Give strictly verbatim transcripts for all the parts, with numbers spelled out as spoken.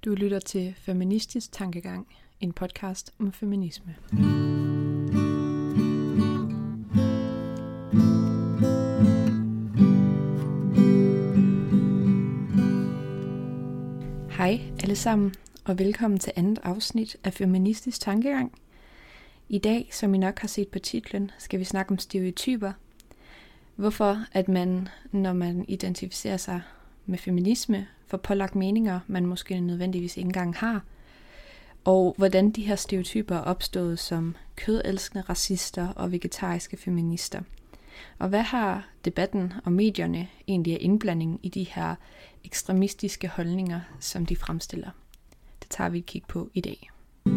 Du lytter til Feministisk Tankegang, en podcast om feminisme. Hej alle sammen, og velkommen til andet afsnit af Feministisk Tankegang. I dag, som I nok har set på titlen, skal vi snakke om stereotyper. Hvorfor at man, når man identificerer sig med feminisme, får pålagt meninger, man måske nødvendigvis ikke engang har. Og hvordan de her stereotyper er opstået som kødelskende racister og vegetariske feminister. Og hvad har debatten og medierne egentlig af indblanding i de her ekstremistiske holdninger, som de fremstiller? Det tager vi et kig på i dag.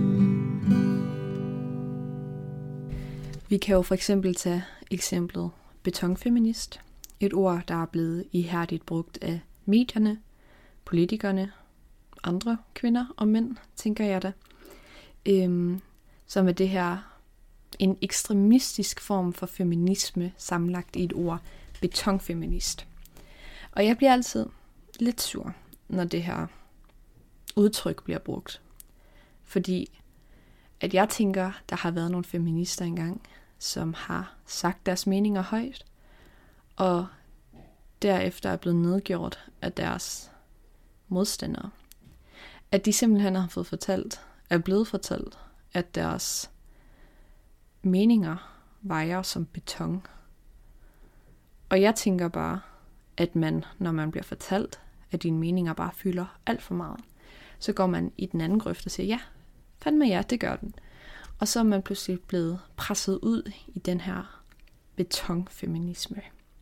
Vi kan jo for eksempel tage eksemplet betonfeminist. Et ord, der er blevet ihærdigt brugt af medierne, politikerne, andre kvinder og mænd, tænker jeg da. Øhm, som er det her en ekstremistisk form for feminisme sammenlagt i et ord, betonfeminist. Og jeg bliver altid lidt sur, når det her udtryk bliver brugt. Fordi at jeg tænker, der har været nogle feminister engang, som har sagt deres meninger højt, og derefter er blevet nedgjort af deres modstandere. At de simpelthen har fået fortalt, er blevet fortalt, at deres meninger vejer som beton. Og jeg tænker bare, at man, når man bliver fortalt, at dine meninger bare fylder alt for meget, så går man i den anden grøft og siger, ja, fandme ja, det gør den. Og så er man pludselig blevet presset ud i den her betonfeminisme.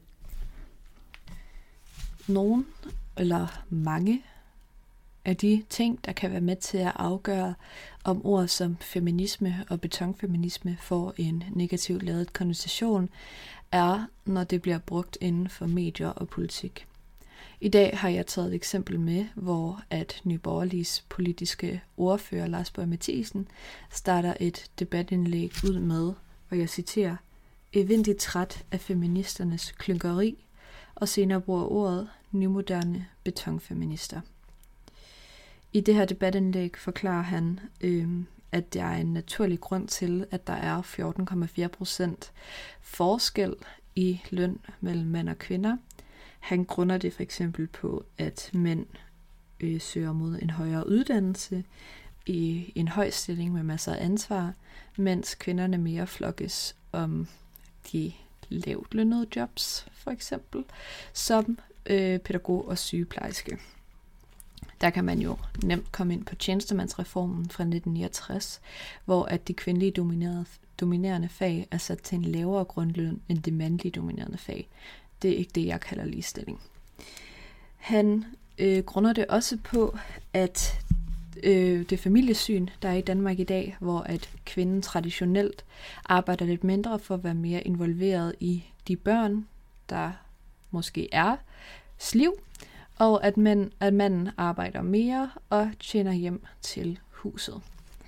Nogen, eller mange, af de ting, der kan være med til at afgøre, om ord som feminisme og betonfeminisme får en negativt ladet konnotation, er, når det bliver brugt inden for medier og politik. I dag har jeg taget et eksempel med, hvor at Nye Borgerliges politiske ordfører Lars Boje Mathiesen starter et debatindlæg ud med, og jeg citerer, evindeligt træt af feministernes klynkeri, og senere bruger ordet nymoderne betonfeminister. I det her debatindlæg forklarer han, øh, at der er en naturlig grund til, at der er fjorten komma fire procent forskel i løn mellem mænd og kvinder. Han grunder det for eksempel på, at mænd øh, søger mod en højere uddannelse i en høj stilling med masser af ansvar, mens kvinderne mere flokkes om de lavt lønnede jobs, for eksempel, som øh, pædagog og sygeplejerske. Der kan man jo nemt komme ind på tjenestemandsreformen fra nitten niogtres, hvor at de kvindelige dominerede, dominerende fag er sat til en lavere grundløn end de mandlige dominerende fag. Det er ikke det, jeg kalder ligestilling. Han øh, grunder det også på, at øh, det familiesyn, der er i Danmark i dag, hvor at kvinden traditionelt arbejder lidt mindre for at være mere involveret i de børn, der måske er liv, og at, mænd, at manden arbejder mere og tjener hjem til huset.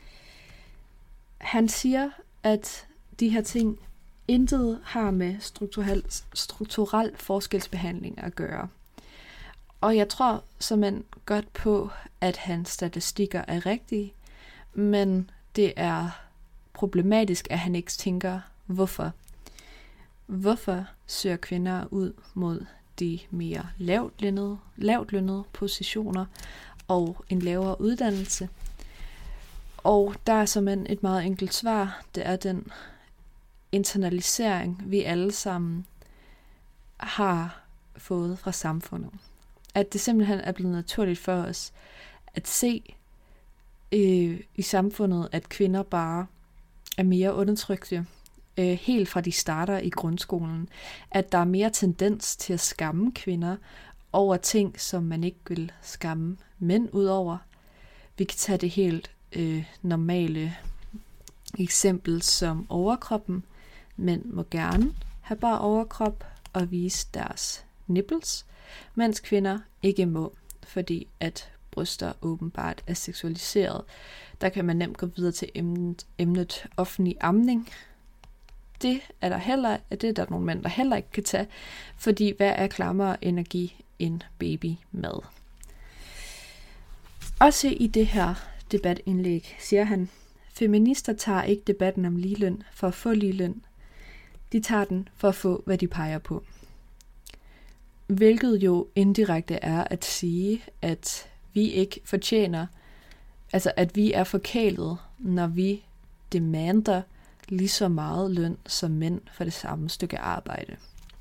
Han siger, at de her ting intet har med strukturel, strukturel forskelsbehandling at gøre. Og jeg tror simpelthen godt på, at hans statistikker er rigtige, men det er problematisk, at han ikke tænker, hvorfor. Hvorfor søger kvinder ud mod de mere lavtlønnede, lavtlønnede positioner og en lavere uddannelse? Og der er simpelthen et meget enkelt svar. Det er den internalisering, vi alle sammen har fået fra samfundet. At det simpelthen er blevet naturligt for os at se øh, i samfundet, at kvinder bare er mere undertrykte, øh, helt fra de starter i grundskolen. At der er mere tendens til at skamme kvinder over ting, som man ikke vil skamme mænd ud over. Vi kan tage det helt øh, normale eksempel som overkroppen. Mænd må gerne have bare overkrop og vise deres nipples, mens kvinder ikke må, fordi at bryster åbenbart er seksualiseret. Der kan man nemt gå videre til emnet, emnet offentlig amning. Det er der heller, det er der nogle mænd, der heller ikke kan tage, fordi hvad er klammere energi end babymad? Også i det her debatindlæg siger han, feminister tager ikke debatten om ligeløn for at få ligeløn. De tager den for at få, hvad de peger på. Hvilket jo indirekte er at sige, at vi ikke fortjener, altså at vi er forkælet, når vi demander lige så meget løn som mænd for det samme stykke arbejde.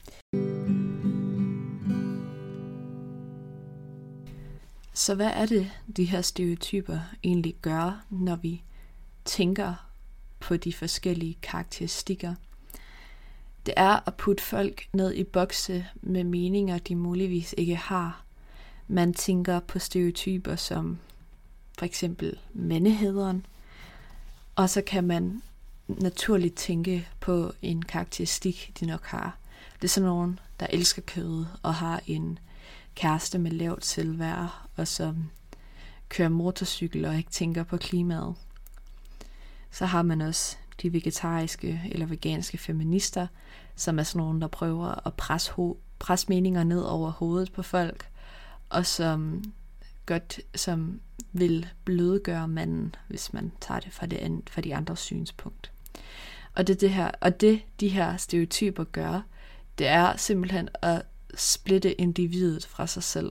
Så hvad er det, de her stereotyper egentlig gør, når vi tænker på de forskellige karakteristikker? Det er at putte folk ned i bokse med meninger, de muligvis ikke har. Man tænker på stereotyper som for eksempel mandehæderen, og så kan man naturligt tænke på en karakteristik, de nok har. Det er sådan nogen, der elsker kød og har en kæreste med lavt selvværd, og som kører motorcykel og ikke tænker på klimaet. Så har man også de vegetariske eller veganske feminister, som er sådan nogen, der prøver at presse, ho- presse meninger ned over hovedet på folk, og som godt som vil blødgøre manden, hvis man tager det fra, det andet, fra de andres synspunkt. Og det, det her, og det de her stereotyper gør, det er simpelthen at splitte individet fra sig selv.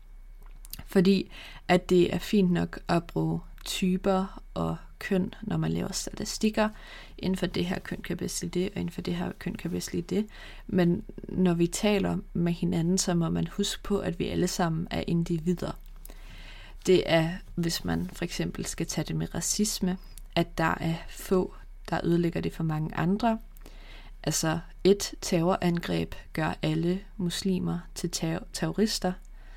Fordi at det er fint nok at bruge typer og køn, når man laver statistikker. Inden for det her køn kan bedst lide det, og inden for det her køn kan bedst lide det. Men når vi taler med hinanden, så må man huske på, at vi alle sammen er individer. Det er, hvis man for eksempel skal tage det med racisme, at der er få, der ødelægger det for mange andre. Altså et terrorangreb gør alle muslimer til ter- terrorister.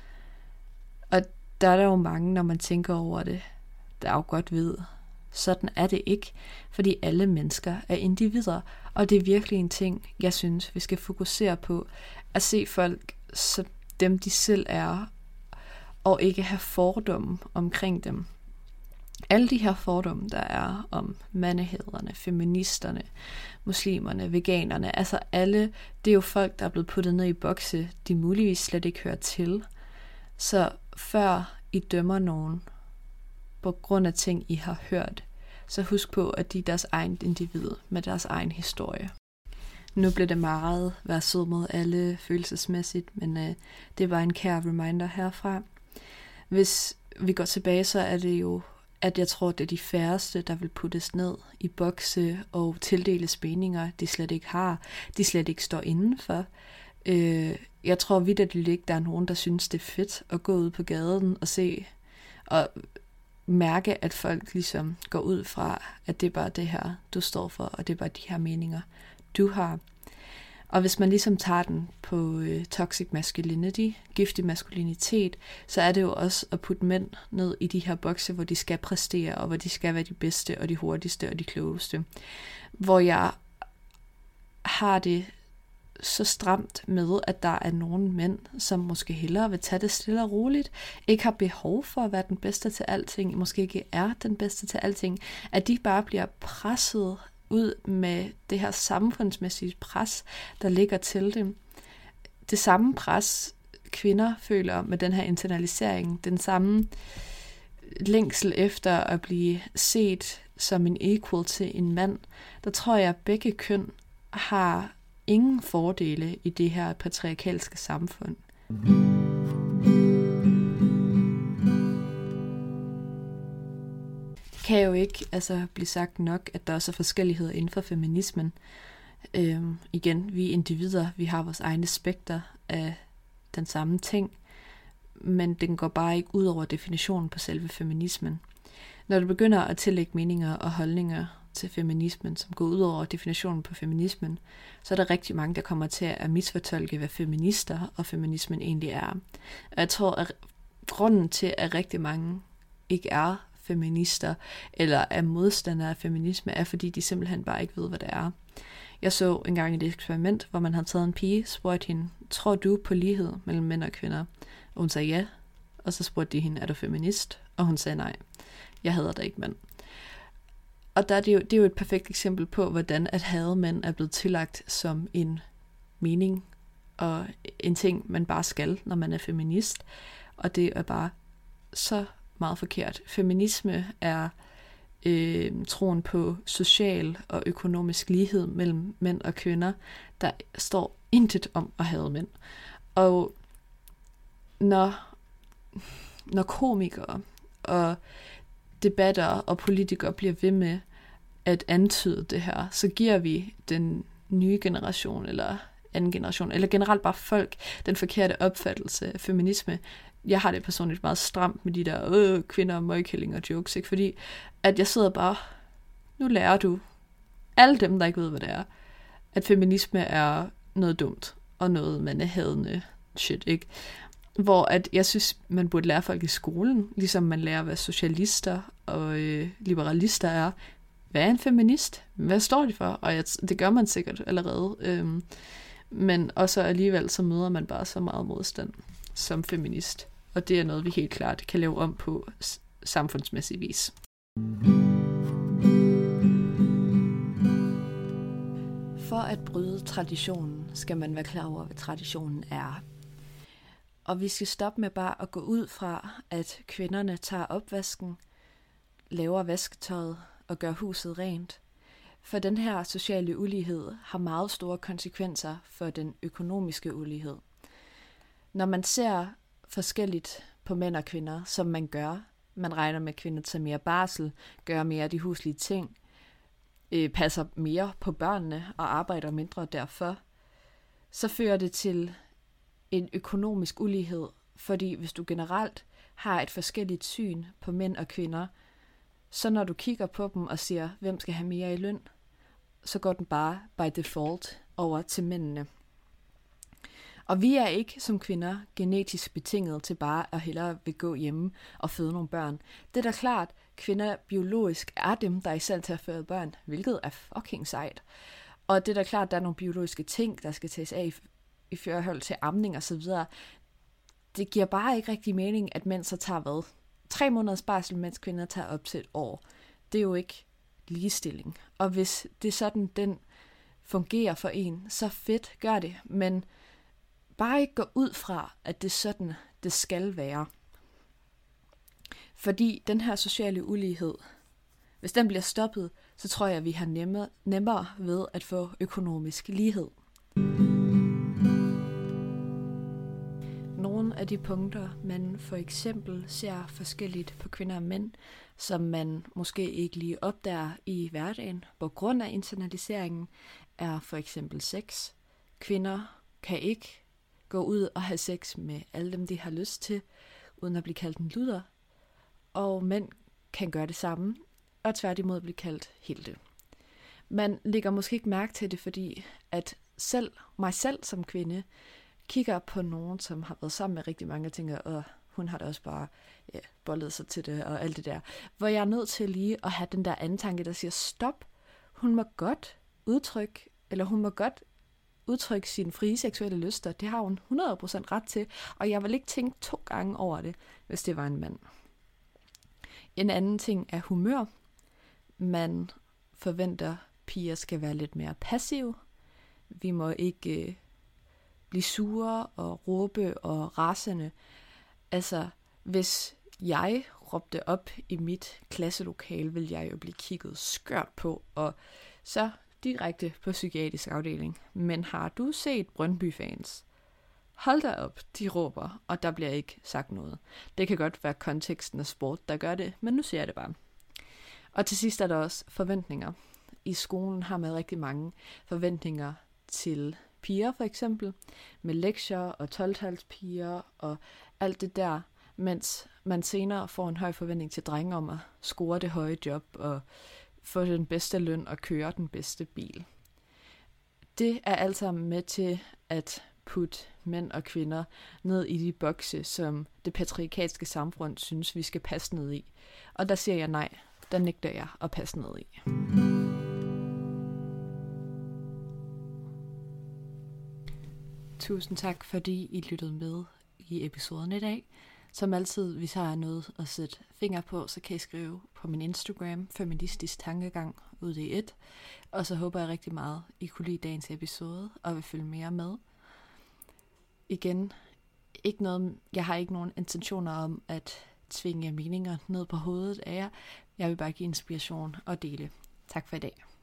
Og der er der jo mange, når man tænker over det, der jo godt ved, sådan er det ikke, fordi alle mennesker er individer, og det er virkelig en ting, jeg synes, vi skal fokusere på, at se folk som dem, de selv er, og ikke have fordomme omkring dem. Alle de her fordomme, der er om mandehæderne, feministerne, muslimerne, veganerne, altså alle, det er jo folk, der er blevet puttet ned i bokse, de muligvis slet ikke hører til. Så før I dømmer nogen på grund af ting, I har hørt, så husk på, at de er deres egen individ med deres egen historie. Nu bliver det meget være sød mod alle følelsesmæssigt, men øh, det var en kær reminder herfra. Hvis vi går tilbage, så er det jo, at jeg tror, det er de færreste, der vil puttes ned i bokse og tildeles meninger, de slet ikke har, de slet ikke står indenfor. Øh, jeg tror vitterligt ikke, der er nogen, der synes, det er fedt at gå ud på gaden og se og mærke, at folk ligesom går ud fra, at det er bare det her, du står for, og det er bare de her meninger, du har. Og hvis man ligesom tager den på øh, toxic masculinity, giftig maskulinitet, så er det jo også at putte mænd ned i de her bokse, hvor de skal præstere, og hvor de skal være de bedste, og de hurtigste, og de klogeste. Hvor jeg har det så stramt med, at der er nogle mænd, som måske hellere vil tage det stille og roligt, ikke har behov for at være den bedste til alting, måske ikke er den bedste til alting, at de bare bliver presset ud med det her samfundsmæssige pres, der ligger til dem. Det samme pres, kvinder føler med den her internalisering, den samme længsel efter at blive set som en equal til en mand, der tror jeg, at begge køn har ingen fordele i det her patriarkalske samfund. Det kan jo ikke altså, blive sagt nok, at der også er forskelligheder inden for feminismen. Øhm, igen, vi er individer, vi har vores egne spekter af den samme ting, men den går bare ikke ud over definitionen på selve feminismen. Når du begynder at tillægge meninger og holdninger til feminismen, som går ud over definitionen på feminismen, så er der rigtig mange, der kommer til at misfortolke, hvad feminister og feminismen egentlig er. Og jeg tror, at grunden til, at rigtig mange ikke er feminister, eller er modstandere af feminisme, er fordi de simpelthen bare ikke ved, hvad det er. Jeg så engang et eksperiment, hvor man havde taget en pige, spurgte hende, tror du på lighed mellem mænd og kvinder? Og hun sagde ja, og så spurgte de hende, er du feminist? Og hun sagde nej, jeg hader da ikke mænd. Og der er det, jo, det er jo et perfekt eksempel på, hvordan at hade mænd er blevet tillagt som en mening, og en ting, man bare skal, når man er feminist. Og det er bare så meget forkert. Feminisme er øh, troen på social og økonomisk lighed mellem mænd og kvinder. Der står intet om at have mænd. Og når, når komikere og debatter og politikere bliver ved med at antyde det her, så giver vi den nye generation, eller anden generation, eller generelt bare folk, den forkerte opfattelse af feminisme. Jeg har det personligt meget stramt med de der øh, kvinder og møgkællinger jokes, ikke? Fordi at jeg sidder bare, nu lærer du alle dem, der ikke ved, hvad det er, at feminisme er noget dumt, og noget mandehadende shit, ikke? Hvor at jeg synes, man burde lære folk i skolen, ligesom man lærer, hvad socialister og øh, liberalister er. Hvad er en feminist? Hvad står de for? Og jeg, det gør man sikkert allerede. Øhm, men også alligevel, så møder man bare så meget modstand som feminist. Og det er noget, vi helt klart kan lave om på samfundsmæssig vis. For at bryde traditionen, skal man være klar over, hvad traditionen er. Og vi skal stoppe med bare at gå ud fra, at kvinderne tager opvasken, laver vasketøjet og gør huset rent. For den her sociale ulighed har meget store konsekvenser for den økonomiske ulighed. Når man ser forskelligt på mænd og kvinder, som man gør, man regner med, at kvinder tager mere barsel, gør mere af de huslige ting, øh, passer mere på børnene og arbejder mindre derfor, så fører det til en økonomisk ulighed, fordi hvis du generelt har et forskelligt syn på mænd og kvinder, så når du kigger på dem og siger, hvem skal have mere i løn, så går den bare by default over til mændene. Og vi er ikke som kvinder genetisk betinget til bare at hellere vil gå hjemme og føde nogle børn. Det er da klart, kvinder biologisk er dem, der er i stand til at føde børn, hvilket er fucking sejt. Og det er da klart, der er nogle biologiske ting, der skal tages af i, i forhold til amning og så videre. Det giver bare ikke rigtig mening, at mænd så tager hvad? Tre måneders barsel, mens kvinder tager op til et år. Det er jo ikke ligestilling. Og hvis det er sådan, den fungerer for en, så fedt, gør det. Men bare ikke gå ud fra, at det er sådan, det skal være. Fordi den her sociale ulighed, hvis den bliver stoppet, så tror jeg, at vi har nemmere, nemmere ved at få økonomisk lighed. Nogle af de punkter, man for eksempel ser forskelligt på kvinder og mænd, som man måske ikke lige opdager i hverdagen på grund af internaliseringen, er for eksempel sex. Kvinder kan ikke gå ud og have sex med alle dem, de har lyst til, uden at blive kaldt en luder. Og mænd kan gøre det samme, og tværtimod blive kaldt helte. Man lægger måske ikke mærke til det, fordi at selv mig selv som kvinde kigger på nogen, som har været sammen med rigtig mange og tænker, og hun har da også bare ja, bollet sig til det og alt det der. Hvor jeg er nødt til lige at have den der anden tanke, der siger, stop, hun må godt udtrykke, eller hun må godt udtrykke sine frie seksuelle lyster. Det har hun hundrede procent ret til, og jeg vil ikke tænke to gange over det, hvis det var en mand. En anden ting er humør. Man forventer, piger skal være lidt mere passive. Vi må ikke øh, blive sure og råbe og rasende. Altså, hvis jeg råbte op i mit klasselokale, ville jeg jo blive kigget skørt på, og så direkte på psykiatrisk afdeling. Men har du set Brøndby-fans? Hold da op, de råber, og der bliver ikke sagt noget. Det kan godt være konteksten af sport, der gør det, men nu siger jeg det bare. Og til sidst er der også forventninger. I skolen har man rigtig mange forventninger til piger for eksempel, med lektier og tolv-talspiger og alt det der, mens man senere får en høj forventning til drenge om at score det høje job og få den bedste løn og køre den bedste bil. Det er alt sammen med til at putte mænd og kvinder ned i de bokse, som det patriarkalske samfund synes, vi skal passe ned i. Og der siger jeg nej, der nægter jeg at passe ned i. Tusind tak, fordi I lyttede med i episoden i dag. Som altid, hvis I har noget at sætte finger på, så kan I skrive på min Instagram, Feministisk Tankegang, ud i et. Og så håber jeg rigtig meget, I kunne lide dagens episode, og vil følge mere med. Igen, ikke noget, jeg har ikke nogen intentioner om at tvinge meninger ned på hovedet af jer. Jeg vil bare give inspiration og dele. Tak for i dag.